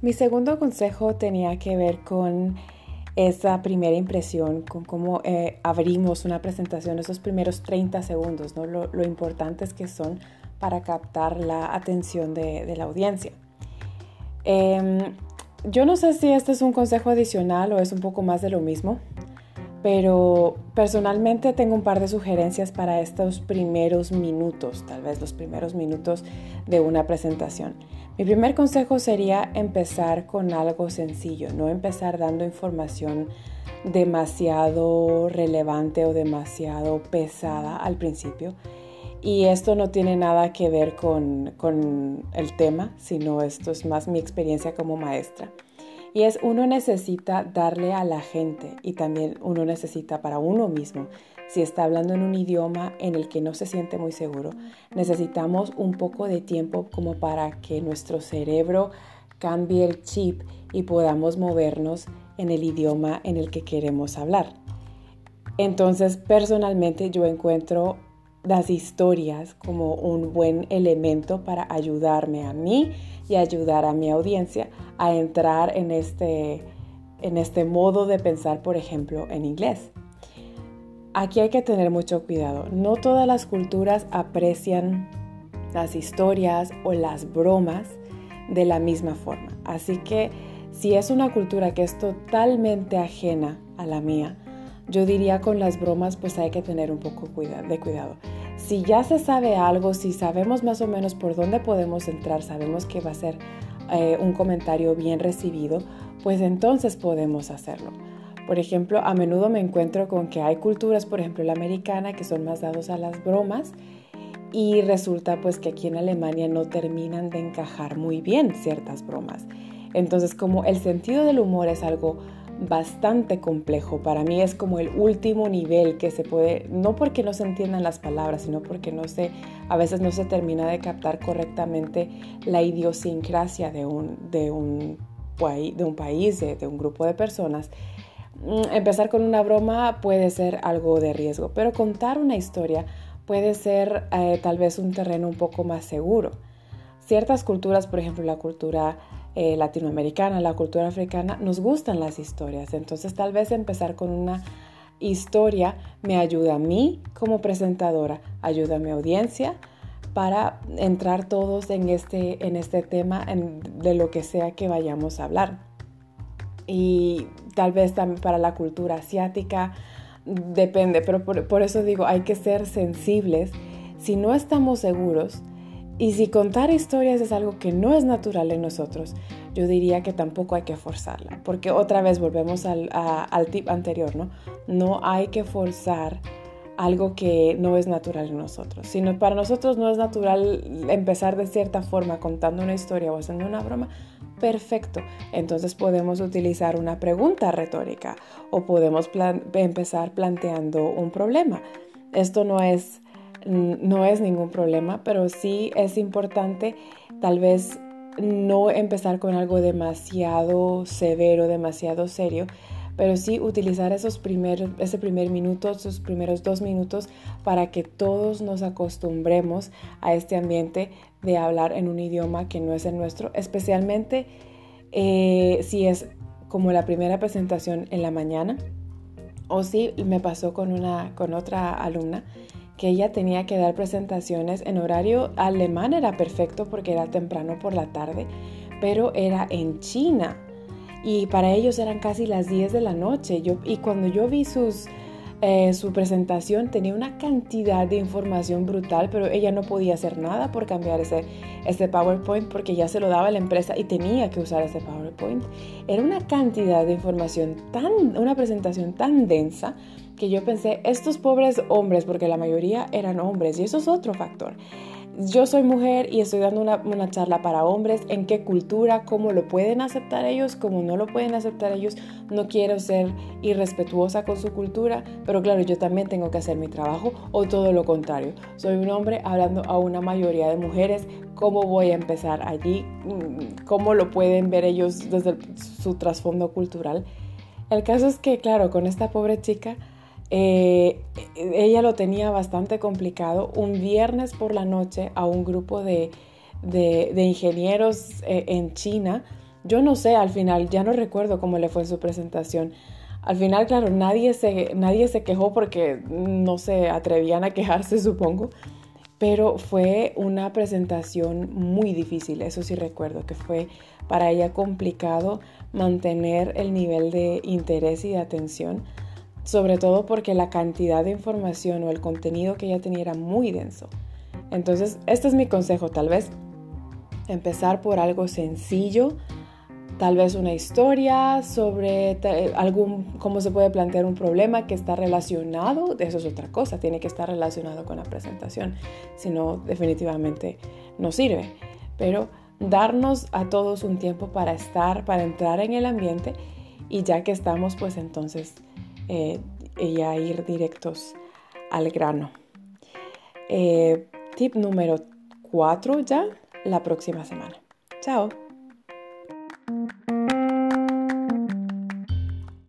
Mi segundo consejo tenía que ver con esa primera impresión, con cómo abrimos una presentación, esos primeros 30 segundos, ¿no? Lo importantes que son para captar la atención de la audiencia. Yo no sé si este es un consejo adicional o es un poco más de lo mismo, pero personalmente tengo un par de sugerencias para estos primeros minutos, tal vez los primeros minutos de una presentación. Mi primer consejo sería empezar con algo sencillo, no empezar dando información demasiado relevante o demasiado pesada al principio. Y esto no tiene nada que ver con el tema, sino esto es más mi experiencia como maestra. Y uno necesita darle a la gente y también uno necesita para uno mismo, si está hablando en un idioma en el que no se siente muy seguro, necesitamos un poco de tiempo como para que nuestro cerebro cambie el chip y podamos movernos en el idioma en el que queremos hablar. Entonces, personalmente yo encuentro las historias como un buen elemento para ayudarme a mí y ayudar a mi audiencia a entrar en este modo de pensar, por ejemplo, en inglés. Aquí hay que tener mucho cuidado. No todas las culturas aprecian las historias o las bromas de la misma forma. Así que si es una cultura que es totalmente ajena a la mía, yo diría con las bromas pues hay que tener un poco de cuidado. Si ya se sabe algo, si sabemos más o menos por dónde podemos entrar, sabemos que va a ser un comentario bien recibido, pues entonces podemos hacerlo. Por ejemplo, a menudo me encuentro con que hay culturas, por ejemplo la americana, que son más dados a las bromas y resulta pues que aquí en Alemania no terminan de encajar muy bien ciertas bromas. Entonces, como el sentido del humor es algo bastante complejo, para mí es como el último nivel que se puede, no porque no se entiendan las palabras, sino porque a veces no se termina de captar correctamente la idiosincrasia de un país, de un grupo de personas. Empezar con una broma puede ser algo de riesgo, pero contar una historia puede ser tal vez un terreno un poco más seguro. Ciertas culturas, por ejemplo la cultura latinoamericana, la cultura africana, nos gustan las historias. Entonces tal vez empezar con una historia me ayuda a mí como presentadora, ayuda a mi audiencia para entrar todos en este tema de lo que sea que vayamos a hablar. Y tal vez también para la cultura asiática, depende, pero por eso digo, hay que ser sensibles. Si no estamos seguros y si contar historias es algo que no es natural en nosotros, yo diría que tampoco hay que forzarla, porque otra vez volvemos al tip anterior, ¿no? No hay que forzar algo que no es natural en nosotros. Si para nosotros no es natural empezar de cierta forma contando una historia o haciendo una broma, perfecto. Entonces podemos utilizar una pregunta retórica o podemos empezar planteando un problema. Esto no es ningún problema, pero sí es importante tal vez no empezar con algo demasiado severo, demasiado serio, pero sí utilizar ese primer minuto, esos primeros 2 minutos para que todos nos acostumbremos a este ambiente de hablar en un idioma que no es el nuestro, especialmente si es como la primera presentación en la mañana, o si me pasó con otra alumna que ella tenía que dar presentaciones en horario alemán, era perfecto porque era temprano por la tarde, pero era en China y para ellos eran casi las 10 de la noche. Y cuando yo vi su presentación tenía una cantidad de información brutal, pero ella no podía hacer nada por cambiar ese PowerPoint porque ya se lo daba la empresa y tenía que usar ese PowerPoint. Era una cantidad de información, una presentación tan densa que yo pensé, estos pobres hombres, porque la mayoría eran hombres, y eso es otro factor. Yo soy mujer y estoy dando una charla para hombres, en qué cultura, cómo lo pueden aceptar ellos, cómo no lo pueden aceptar ellos. No quiero ser irrespetuosa con su cultura, pero claro, yo también tengo que hacer mi trabajo, o todo lo contrario. Soy un hombre hablando a una mayoría de mujeres, ¿cómo voy a empezar allí? ¿Cómo lo pueden ver ellos desde su trasfondo cultural? El caso es que, claro, con esta pobre chica, ella lo tenía bastante complicado. Un viernes por la noche a un grupo de ingenieros en China Yo no sé, al final ya no recuerdo cómo le fue su presentación. Al final, claro, nadie se quejó porque no se atrevían a quejarse, supongo. Pero fue una presentación muy difícil, eso sí recuerdo, que fue para ella complicado mantener el nivel de interés y de atención, sobre todo porque la cantidad de información o el contenido que ella tenía era muy denso. Entonces, este es mi consejo, tal vez empezar por algo sencillo, tal vez una historia sobre cómo se puede plantear un problema que está relacionado, eso es otra cosa, tiene que estar relacionado con la presentación, si no definitivamente no sirve. Pero darnos a todos un tiempo para entrar en el ambiente y ya que estamos, pues entonces ya ir directos al grano. Tip número 4 ya, la próxima semana. Chao.